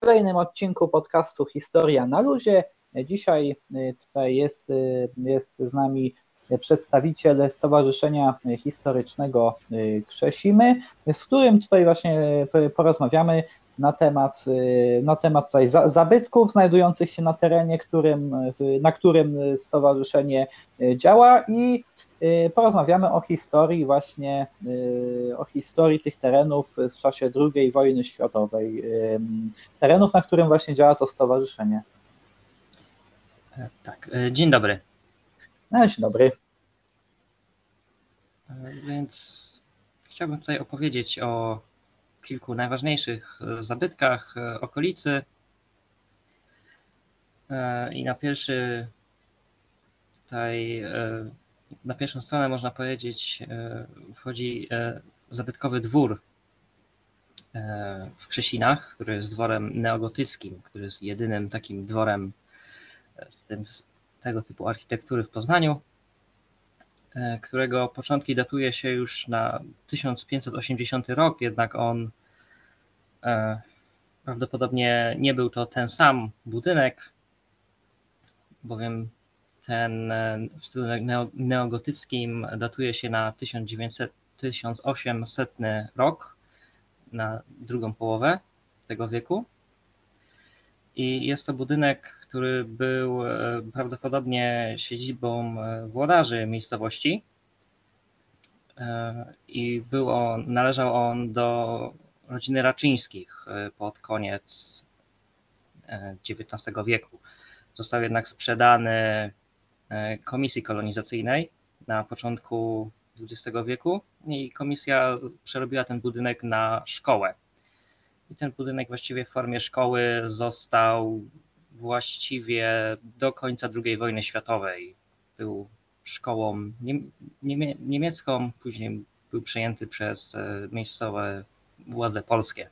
W kolejnym odcinku podcastu Historia na luzie. Dzisiaj tutaj jest z nami przedstawiciel Stowarzyszenia Historycznego Krzesimy, z którym tutaj właśnie porozmawiamy na temat tutaj zabytków znajdujących się na terenie, na którym stowarzyszenie działa, i porozmawiamy o historii o historii tych terenów w czasie II wojny światowej, terenów, na którym właśnie działa to stowarzyszenie. Tak, dzień dobry. Dzień dobry. Więc chciałbym tutaj opowiedzieć o kilku najważniejszych zabytkach okolicy. I na pierwszą stronę, można powiedzieć, wchodzi zabytkowy dwór w Krzesinach, który jest dworem neogotyckim, który jest jedynym takim dworem tego typu architektury w Poznaniu, którego początki datuje się już na 1580 rok, jednak on prawdopodobnie nie był to ten sam budynek, bowiem ten w stylu neogotyckim datuje się na 1800 rok, na drugą połowę tego wieku. I jest to budynek, który był prawdopodobnie siedzibą włodarzy miejscowości i należał on do rodziny Raczyńskich pod koniec XIX wieku. Został jednak sprzedany komisji kolonizacyjnej na początku XX wieku i komisja przerobiła ten budynek na szkołę. I ten budynek właściwie w formie szkoły został właściwie do końca II wojny światowej. Był szkołą niemiecką, później był przejęty przez miejscowe władze polskie.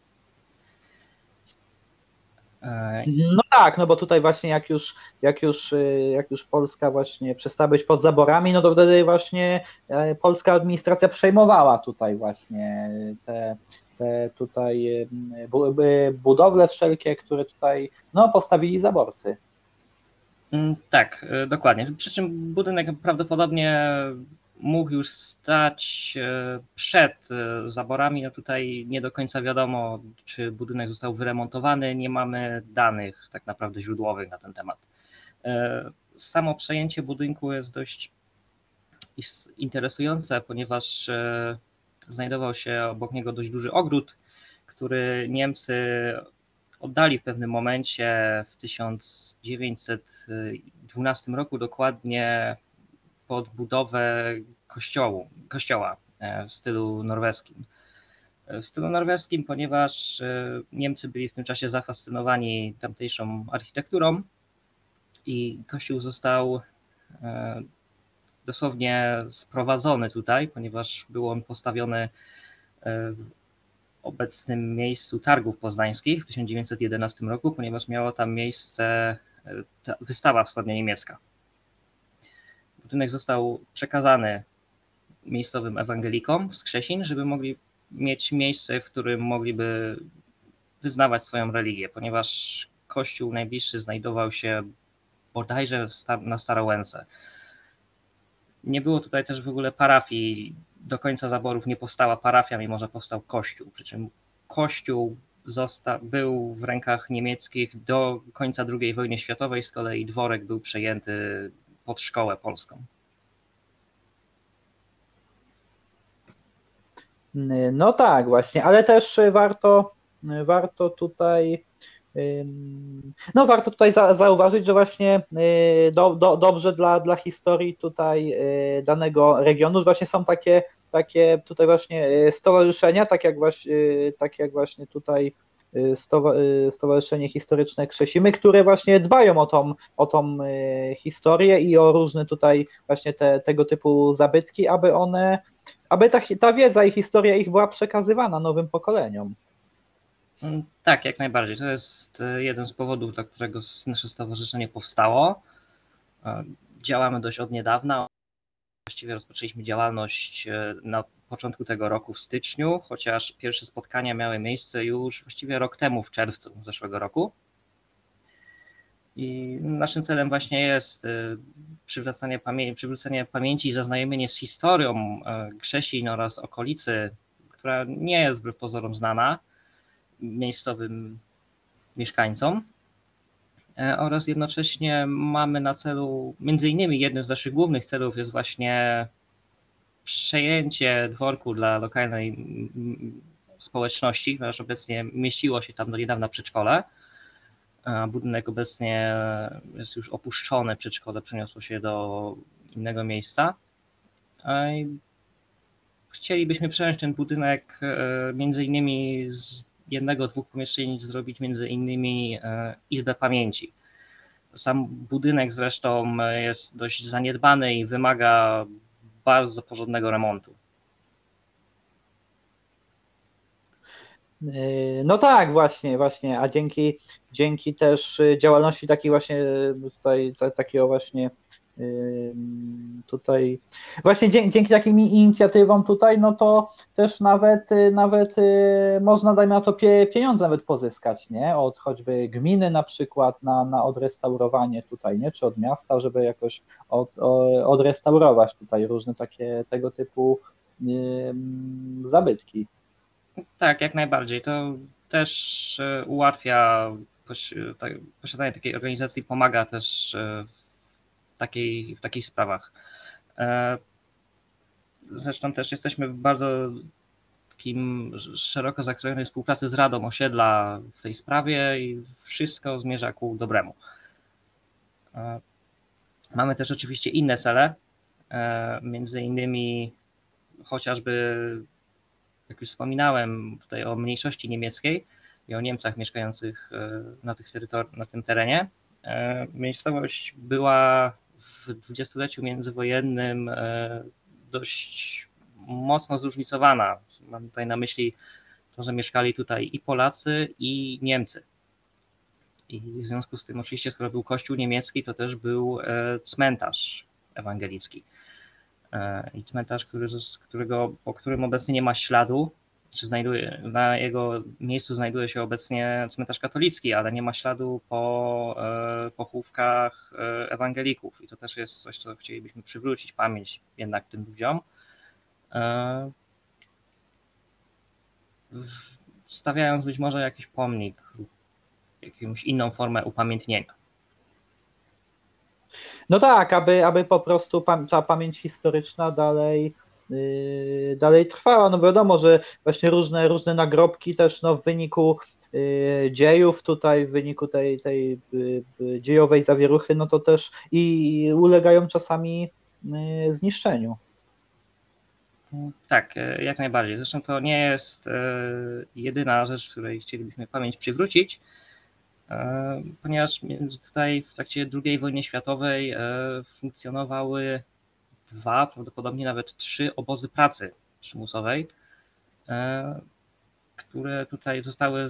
No tak, no bo tutaj właśnie jak już Polska właśnie przestała być pod zaborami, no to wtedy właśnie polska administracja przejmowała tutaj właśnie te tutaj budowle wszelkie, które tutaj postawili zaborcy. Tak, dokładnie. Przy czym budynek prawdopodobnie mógł już stać przed zaborami. No tutaj nie do końca wiadomo, czy budynek został wyremontowany. Nie mamy danych tak naprawdę źródłowych na ten temat. Samo przejęcie budynku jest dość interesujące, ponieważ znajdował się obok niego dość duży ogród, który Niemcy oddali w pewnym momencie w 1912 roku dokładnie pod budowę kościoła w stylu norweskim. W stylu norweskim, ponieważ Niemcy byli w tym czasie zafascynowani tamtejszą architekturą i kościół został dosłownie sprowadzony tutaj, ponieważ był on postawiony w obecnym miejscu targów poznańskich w 1911 roku, ponieważ miała tam miejsce wystawa wschodnio-niemiecka. Budynek został przekazany miejscowym ewangelikom z Krzesin, żeby mogli mieć miejsce, w którym mogliby wyznawać swoją religię, ponieważ kościół najbliższy znajdował się bodajże na Starołęce. Nie było tutaj też w ogóle parafii. Do końca zaborów nie powstała parafia, mimo że powstał kościół. Przy czym kościół był w rękach niemieckich do końca II wojny światowej, z kolei dworek był przejęty pod szkołę polską. No tak, właśnie, ale też warto tutaj zauważyć, że właśnie dobrze dla historii tutaj danego regionu właśnie są takie tutaj właśnie stowarzyszenia, tak jak właśnie tutaj Stowarzyszenie Historyczne Krzesimy, które właśnie dbają o tą historię i o różne tutaj właśnie tego typu zabytki, aby ta wiedza i historia ich była przekazywana nowym pokoleniom. Tak, jak najbardziej. To jest jeden z powodów, dla którego nasze stowarzyszenie powstało. Działamy dość od niedawna. Właściwie rozpoczęliśmy działalność na początku tego roku w styczniu, chociaż pierwsze spotkania miały miejsce już właściwie rok temu, w czerwcu zeszłego roku. I naszym celem właśnie jest przywrócenie pamięci i zaznajomienie z historią Krzesin oraz okolicy, która nie jest wbrew pozorom znana miejscowym mieszkańcom. Oraz jednocześnie mamy na celu, między innymi jednym z naszych głównych celów jest właśnie przejęcie dworku dla lokalnej społeczności, ponieważ obecnie mieściło się tam do niedawna przedszkole. Budynek obecnie jest już opuszczony, przedszkole przeniosło się do innego miejsca. Chcielibyśmy przejąć ten budynek między innymi z jednego, dwóch pomieszczeń zrobić między innymi Izbę Pamięci. Sam budynek zresztą jest dość zaniedbany i wymaga bardzo porządnego remontu. No tak, właśnie, a dzięki też działalności takiej właśnie tutaj, takiego właśnie tutaj, właśnie dzięki takim inicjatywom tutaj, no to też nawet można, dajmy na to, pieniądze nawet pozyskać, nie? Od choćby gminy na przykład na odrestaurowanie tutaj, nie? Czy od miasta, żeby jakoś odrestaurować tutaj różne takie tego typu zabytki. Tak, jak najbardziej. To też ułatwia, posiadanie takiej organizacji pomaga też w takich sprawach. Zresztą też jesteśmy w bardzo takim szeroko zakrojonej współpracy z Radą Osiedla w tej sprawie i wszystko zmierza ku dobremu. Mamy też oczywiście inne cele, między innymi chociażby, jak już wspominałem, tutaj o mniejszości niemieckiej i o Niemcach mieszkających na tym terenie. Miejscowość była w dwudziestoleciu międzywojennym dość mocno zróżnicowana. Mam tutaj na myśli to, że mieszkali tutaj i Polacy, i Niemcy. I w związku z tym oczywiście, skoro był kościół niemiecki, to też był cmentarz ewangelicki. I cmentarz, po którym obecnie nie ma śladu, na jego miejscu znajduje się obecnie cmentarz katolicki, ale nie ma śladu po pochówkach ewangelików. I to też jest coś, co chcielibyśmy przywrócić pamięć jednak tym ludziom, stawiając być może jakiś pomnik lub jakąś inną formę upamiętnienia. No tak, aby po prostu ta pamięć historyczna dalej trwała. No wiadomo, że właśnie różne nagrobki też w wyniku dziejów tutaj, w wyniku tej dziejowej zawieruchy, no to też i ulegają czasami zniszczeniu. Tak, jak najbardziej. Zresztą to nie jest jedyna rzecz, której chcielibyśmy pamięć przywrócić, ponieważ tutaj w trakcie II wojny światowej funkcjonowały prawdopodobnie nawet 3 obozy pracy przymusowej, które tutaj zostały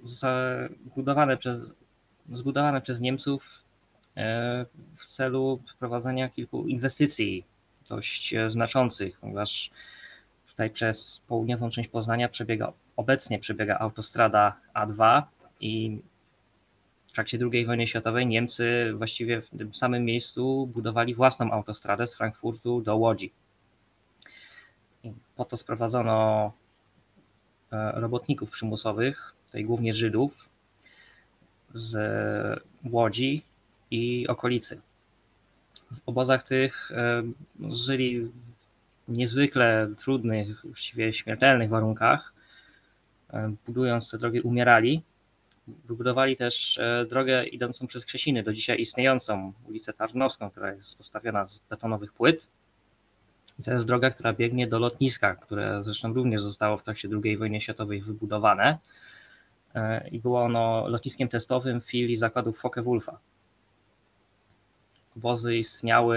zbudowane przez Niemców w celu przeprowadzenia kilku inwestycji dość znaczących, ponieważ tutaj przez południową część Poznania obecnie przebiega autostrada A2 i w trakcie II wojny światowej Niemcy właściwie w tym samym miejscu budowali własną autostradę z Frankfurtu do Łodzi. I po to sprowadzono robotników przymusowych, tutaj głównie Żydów, z Łodzi i okolicy. W obozach tych żyli w niezwykle trudnych, właściwie śmiertelnych warunkach. Budując te drogi, umierali. Wybudowali też drogę idącą przez Krzesiny, do dzisiaj istniejącą, ulicę Tarnowską, która jest postawiona z betonowych płyt. I to jest droga, która biegnie do lotniska, które zresztą również zostało w trakcie II wojny światowej wybudowane. I było ono lotniskiem testowym filii zakładów Focke-Wulfa. Obozy istniały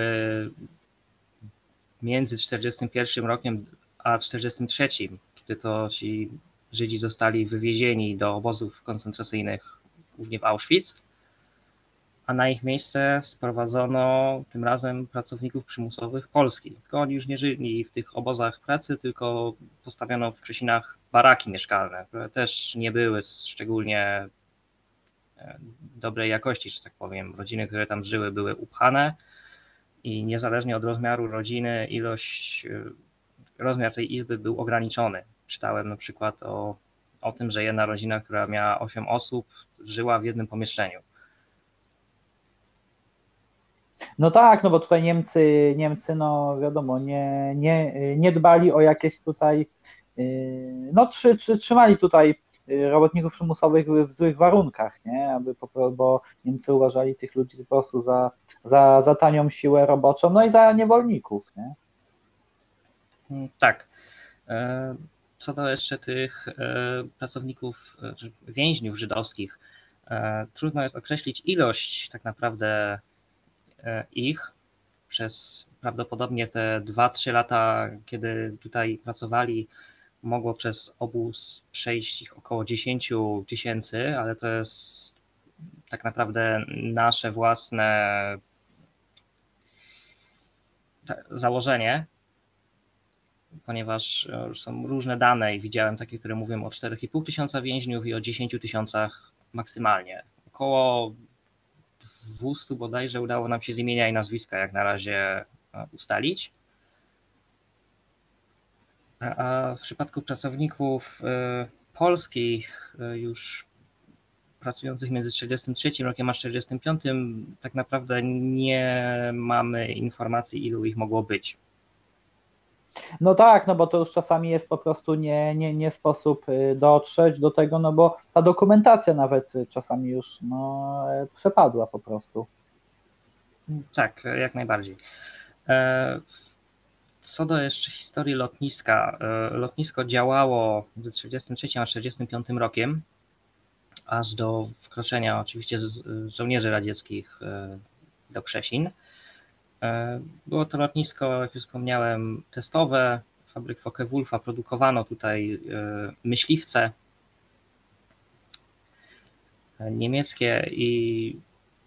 między 1941 rokiem a 1943, kiedy to ci Żydzi zostali wywiezieni do obozów koncentracyjnych, głównie w Auschwitz. a na ich miejsce sprowadzono tym razem pracowników przymusowych polskich. Tylko oni już nie żyli w tych obozach pracy, tylko postawiono w Krzesinach baraki mieszkalne, które też nie były szczególnie dobrej jakości, że tak powiem. Rodziny, które tam żyły, były upchane i niezależnie od rozmiaru rodziny, rozmiar tej izby był ograniczony. Czytałem na przykład o tym, że jedna rodzina, która miała 8 osób, żyła w jednym pomieszczeniu. No tak, no bo tutaj Niemcy no wiadomo, nie dbali o jakieś tutaj, no trzymali tutaj robotników przymusowych w złych warunkach, nie? Bo Niemcy uważali tych ludzi po prostu za tanią siłę roboczą, no i za niewolników, nie? Tak. Co do jeszcze tych pracowników, więźniów żydowskich, trudno jest określić ilość tak naprawdę ich przez prawdopodobnie te 2-3 lata, kiedy tutaj pracowali, mogło przez obóz przejść ich około 10 000, ale to jest tak naprawdę nasze własne założenie, ponieważ są różne dane i widziałem takie, które mówią o 4500 więźniów i o 10 000 maksymalnie. Około 200 bodajże udało nam się z imienia i nazwiska jak na razie ustalić. A w przypadku pracowników polskich już pracujących między 43 rokiem a 45 tak naprawdę nie mamy informacji, ilu ich mogło być. No tak, no bo to już czasami jest po prostu nie sposób dotrzeć do tego, no bo ta dokumentacja nawet czasami już no, przepadła po prostu. Tak, jak najbardziej. Co do jeszcze historii lotniska. Lotnisko działało między 1933 a 1945 rokiem, aż do wkroczenia oczywiście żołnierzy radzieckich do Krzesin. Było to lotnisko, jak już wspomniałem, testowe. Fabryk Focke-Wulfa produkowano tutaj myśliwce niemieckie i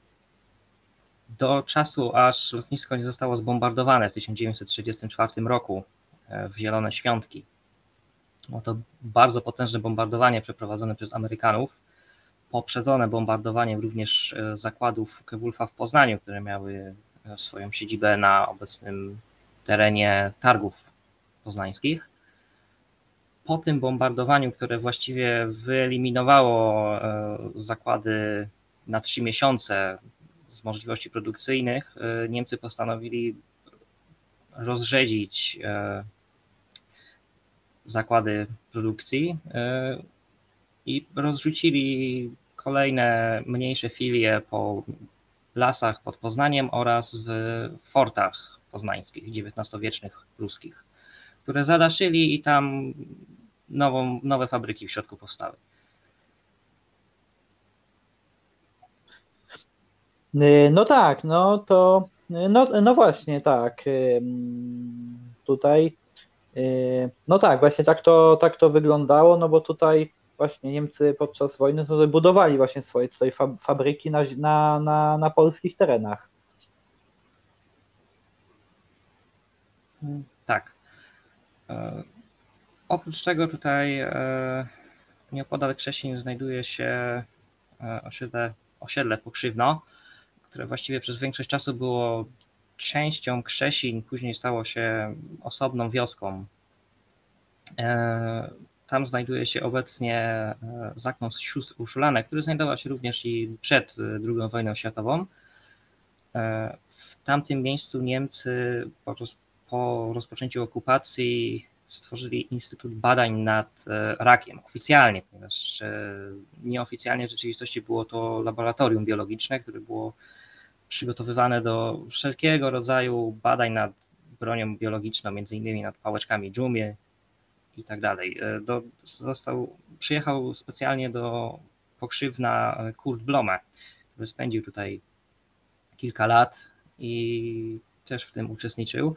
do czasu, aż lotnisko nie zostało zbombardowane w 1934 roku w Zielone Świątki. Było to bardzo potężne bombardowanie przeprowadzone przez Amerykanów, poprzedzone bombardowaniem również zakładów Focke-Wulfa w Poznaniu, które miały swoją siedzibę na obecnym terenie targów poznańskich. Po tym bombardowaniu, które właściwie wyeliminowało zakłady na 3 miesiące z możliwości produkcyjnych, Niemcy postanowili rozrzedzić zakłady produkcji i rozrzucili kolejne mniejsze filie po lasach pod Poznaniem oraz w fortach poznańskich, XIX-wiecznych ruskich, które zadaszyli i tam nowe fabryki w środku powstały. No tak, no to, no właśnie tak, tutaj, no tak, właśnie tak to wyglądało, no bo tutaj właśnie Niemcy podczas wojny to budowali właśnie swoje tutaj fabryki na polskich terenach. Tak. Oprócz tego tutaj nieopodal Krzesin znajduje się osiedle Pokrzywno, które właściwie przez większość czasu było częścią Krzesin, później stało się osobną wioską. Tam znajduje się obecnie zakąs sióstr Urszulanek, który znajdował się również i przed II wojną światową. W tamtym miejscu Niemcy po rozpoczęciu okupacji stworzyli Instytut Badań nad Rakiem, oficjalnie, ponieważ nieoficjalnie w rzeczywistości było to laboratorium biologiczne, które było przygotowywane do wszelkiego rodzaju badań nad bronią biologiczną, między innymi nad pałeczkami dżumie i tak dalej. Przyjechał specjalnie do Pokrzywna Kurt Blome, który spędził tutaj kilka lat i też w tym uczestniczył.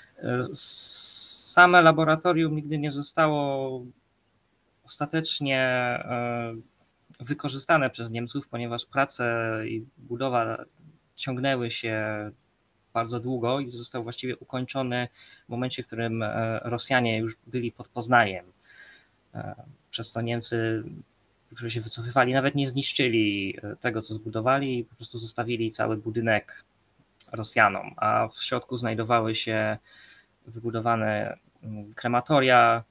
Same laboratorium nigdy nie zostało ostatecznie wykorzystane przez Niemców, ponieważ prace i budowa ciągnęły się bardzo długo i został właściwie ukończony w momencie, w którym Rosjanie już byli pod Poznaniem. Przez co Niemcy, którzy się wycofywali, nawet nie zniszczyli tego, co zbudowali i po prostu zostawili cały budynek Rosjanom, a w środku znajdowały się wybudowane krematoria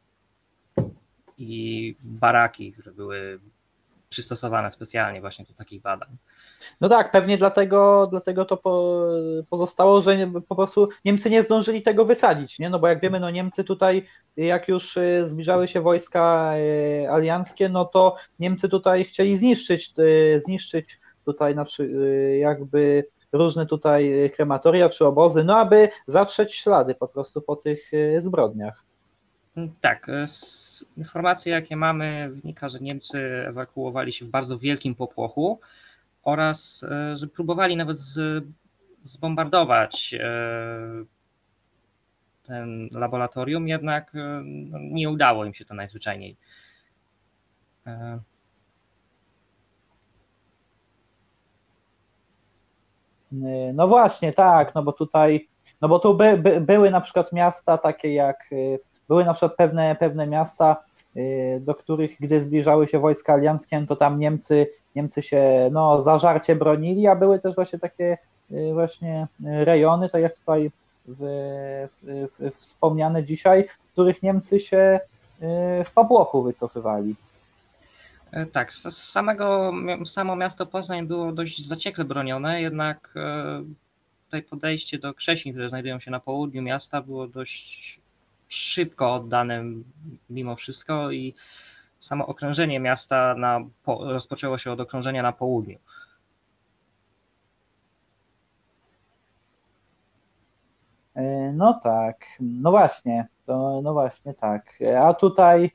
i baraki, które były przystosowane specjalnie właśnie do takich badań. No tak, pewnie dlatego to pozostało, że po prostu Niemcy nie zdążyli tego wysadzić, nie? No bo jak wiemy, no Niemcy tutaj, jak już zbliżały się wojska alianckie, no to Niemcy tutaj chcieli zniszczyć tutaj znaczy jakby różne tutaj krematoria czy obozy, no aby zatrzeć ślady po prostu po tych zbrodniach. Tak, z informacji jakie mamy wynika, że Niemcy ewakuowali się w bardzo wielkim popłochu oraz że próbowali nawet zbombardować ten laboratorium, jednak nie udało im się to najzwyczajniej. No właśnie, tak, no bo tutaj, no bo tu były na przykład miasta takie jak, były na przykład pewne miasta, do których gdy zbliżały się wojska alianckie, no to tam Niemcy się no, zażarcie bronili, a były też właśnie takie właśnie rejony, tak jak tutaj wspomniane dzisiaj, w których Niemcy się w popłochu wycofywali. Tak, samo miasto Poznań było dość zaciekle bronione, jednak tutaj podejście do Krzesin, które znajdują się na południu miasta, było dość szybko oddane mimo wszystko i samo okrążenie miasta rozpoczęło się od okrążenia na południu. No tak, no właśnie tak. A tutaj,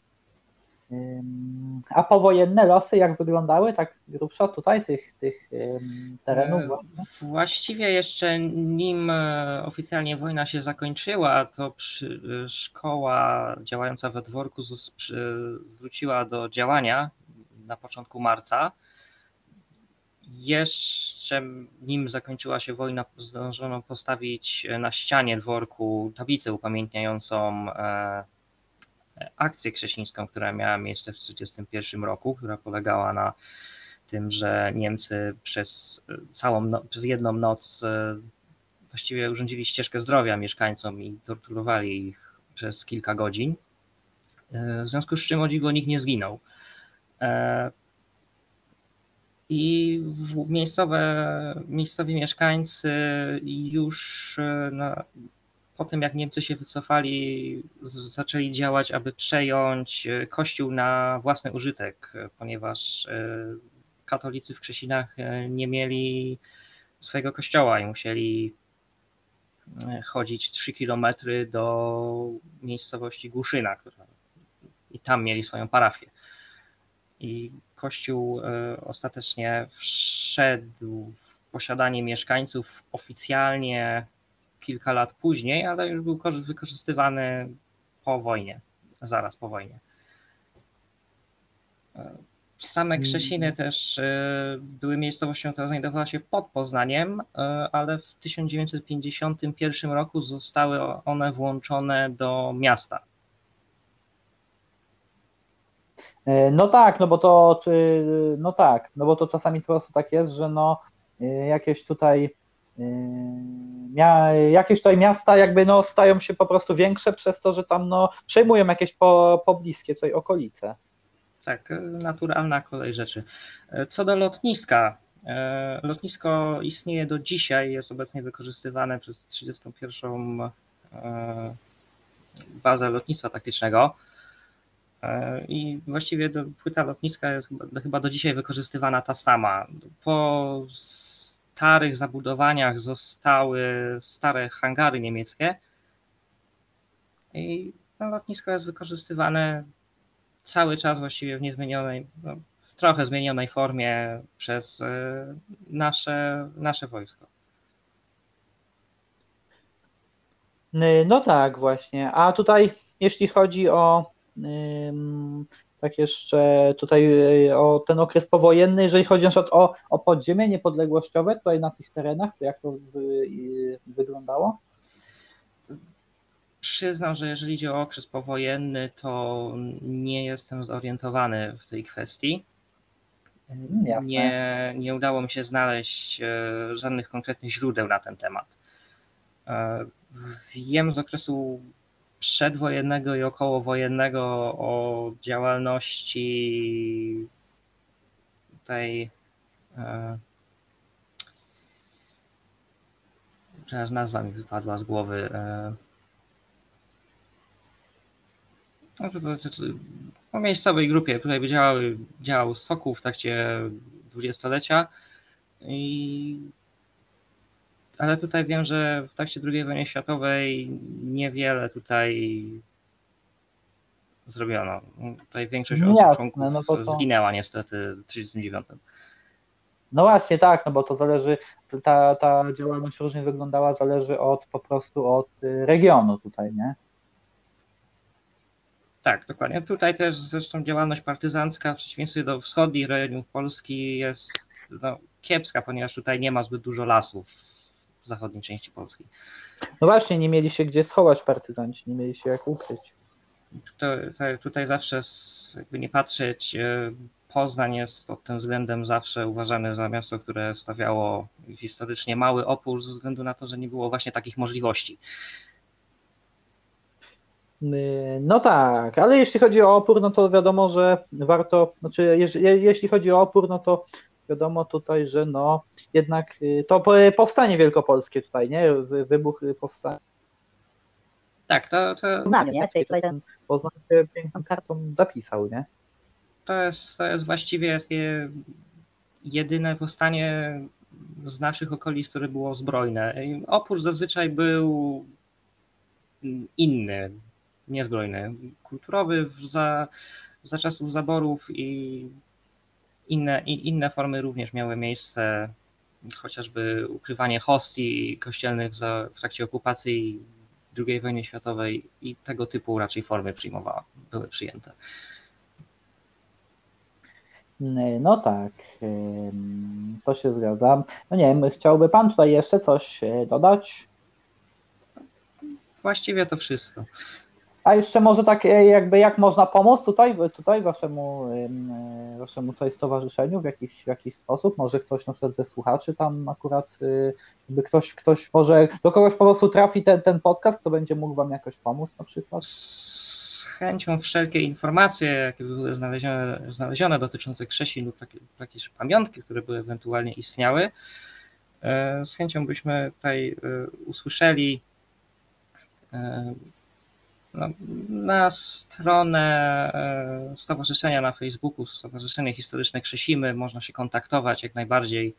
a powojenne losy jak wyglądały, tak z grubsza tutaj tych terenów właśnie? Właściwie jeszcze nim oficjalnie wojna się zakończyła, to szkoła działająca we dworku wróciła do działania na początku marca. Jeszcze nim zakończyła się wojna, zdążono postawić na ścianie dworku tablicę upamiętniającą akcję krzesińską, która miała miejsce w 1931 roku, która polegała na tym, że Niemcy przez jedną noc właściwie urządzili ścieżkę zdrowia mieszkańcom i torturowali ich przez kilka godzin. W związku z czym o dziwo nikt nie zginął. I miejscowi mieszkańcy już po tym, jak Niemcy się wycofali, zaczęli działać, aby przejąć kościół na własny użytek, ponieważ katolicy w Krzesinach nie mieli swojego kościoła i musieli chodzić 3 kilometry do miejscowości Głuszyna, i tam mieli swoją parafię. I kościół ostatecznie wszedł w posiadanie mieszkańców oficjalnie kilka lat później, ale już był wykorzystywany po wojnie, zaraz po wojnie. Same Krzesiny też były miejscowością, która znajdowała się pod Poznaniem, ale w 1951 roku zostały one włączone do miasta. No tak, no bo to czasami po prostu tak jest, że no jakieś tutaj miasta jakby no stają się po prostu większe przez to, że tam no przejmują jakieś pobliskie tutaj okolice. Tak, naturalna kolej rzeczy. Co do lotniska, lotnisko istnieje do dzisiaj, jest obecnie wykorzystywane przez 31. bazę lotnictwa taktycznego i właściwie płyta lotniska jest chyba do dzisiaj wykorzystywana ta sama. Po starych zabudowaniach zostały stare hangary niemieckie i lotnisko jest wykorzystywane cały czas właściwie w niezmienionej, w trochę zmienionej formie przez nasze wojsko. No tak, właśnie. A tutaj, jeśli chodzi o tak jeszcze tutaj o ten okres powojenny, jeżeli chodzi na przykład o podziemie niepodległościowe tutaj na tych terenach, to jak to wyglądało? Przyznam, że jeżeli idzie o okres powojenny, to nie jestem zorientowany w tej kwestii. Nie udało mi się znaleźć żadnych konkretnych źródeł na ten temat. Wiem z okresu przedwojennego i okołowojennego o działalności tej, teraz nazwa mi wypadła z głowy, o miejscowej grupie, tutaj działał Sokół w trakcie dwudziestolecia, ale tutaj wiem, że w trakcie II wojny światowej niewiele tutaj zrobiono. Tutaj większość osób, członków zginęła niestety w 1939. No właśnie, tak, no bo to zależy, ta działalność różnie wyglądała, zależy po prostu od regionu tutaj, nie? Tak, dokładnie. Tutaj też zresztą działalność partyzancka w przeciwieństwie do wschodnich rejonów Polski jest kiepska, ponieważ tutaj nie ma zbyt dużo lasów w zachodniej części Polski. No właśnie, nie mieli się gdzie schować partyzanci, nie mieli się jak ukryć. Tutaj zawsze, jakby nie patrzeć, Poznań jest pod tym względem zawsze uważany za miasto, które stawiało historycznie mały opór ze względu na to, że nie było właśnie takich możliwości. No tak, ale jeśli chodzi o opór, no to wiadomo, że warto, znaczy jeśli chodzi o opór, no to wiadomo tutaj, że no jednak to powstanie wielkopolskie tutaj, nie? Wybuch powstania. Tak, to znamy, nie? Tutaj ten Poznań się piękną kartą zapisał, nie? To jest właściwie takie jedyne powstanie z naszych okolic, które było zbrojne. Opór zazwyczaj był inny, niezbrojny, kulturowy za czasów zaborów i inne formy również miały miejsce, chociażby ukrywanie hostii kościelnych w trakcie okupacji II wojny światowej i tego typu raczej formy były przyjęte. No tak, to się zgadza. No nie wiem, chciałby Pan tutaj jeszcze coś dodać? Właściwie to wszystko. A jeszcze może tak jakby jak można pomóc tutaj waszemu tutaj stowarzyszeniu w jakiś sposób? Może ktoś na przykład ze słuchaczy tam akurat, by ktoś może do kogoś po prostu trafi ten podcast, kto będzie mógł wam jakoś pomóc na przykład? Z chęcią wszelkie informacje, jakie były znalezione dotyczące Krzesin lub jakieś pamiątki, które by ewentualnie istniały, z chęcią byśmy tutaj usłyszeli. Na stronę stowarzyszenia na Facebooku, Stowarzyszenie Historyczne Krzesimy, można się kontaktować jak najbardziej.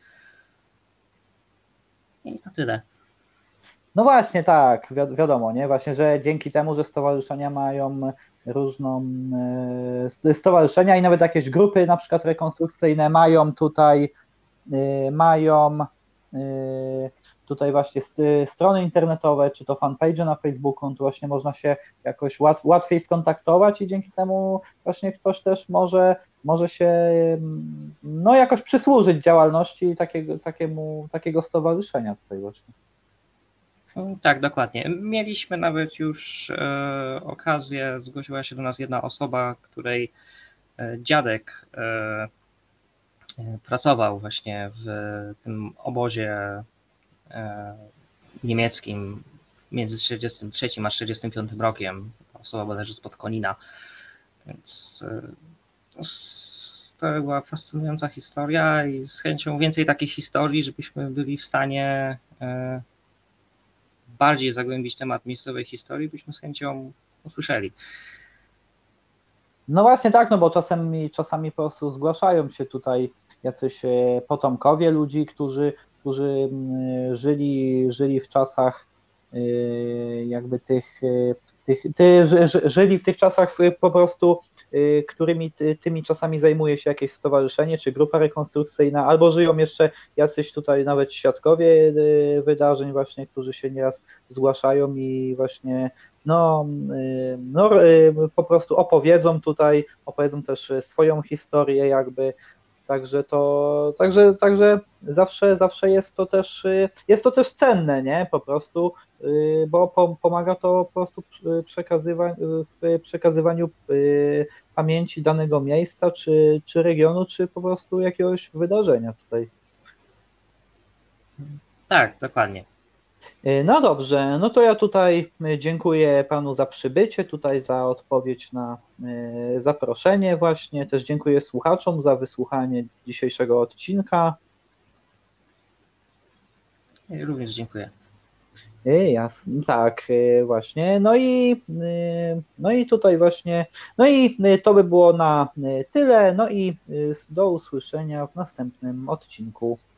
I to tyle. No właśnie, tak, wiadomo, nie? Właśnie, że dzięki temu, że stowarzyszenia mają różną stowarzyszenia i nawet jakieś grupy na przykład rekonstrukcyjne mają tutaj właśnie strony internetowe, czy to fanpage na Facebooku, to właśnie można się jakoś łatwiej skontaktować i dzięki temu właśnie ktoś też może się no jakoś przysłużyć działalności takiego stowarzyszenia tutaj właśnie. Tak, dokładnie. Mieliśmy nawet już okazję, zgłosiła się do nas jedna osoba, której dziadek pracował właśnie w tym obozie niemieckim między 1943 a 1945 rokiem. Osoba bodajże spod Konina. Więc to była fascynująca historia i z chęcią więcej takich historii, żebyśmy byli w stanie bardziej zagłębić temat miejscowej historii, byśmy z chęcią usłyszeli. No właśnie tak, no bo czasami po prostu zgłaszają się tutaj jacyś potomkowie ludzi, którzy żyli w czasach jakby tych żyli w tych czasach po prostu, którymi tymi czasami zajmuje się jakieś stowarzyszenie czy grupa rekonstrukcyjna, albo żyją jeszcze jacyś tutaj nawet świadkowie wydarzeń właśnie, którzy się nieraz zgłaszają i właśnie po prostu opowiedzą też swoją historię jakby. Także zawsze jest to też cenne, nie? Po prostu, bo pomaga to po prostu w przekazywaniu pamięci danego miejsca, czy regionu, czy po prostu jakiegoś wydarzenia tutaj. Tak, dokładnie. No dobrze, no to ja tutaj dziękuję panu za przybycie, tutaj za odpowiedź na zaproszenie właśnie. Też dziękuję słuchaczom za wysłuchanie dzisiejszego odcinka. Również dziękuję. Jasne, tak, właśnie. No i tutaj właśnie, no i to by było na tyle. No i do usłyszenia w następnym odcinku.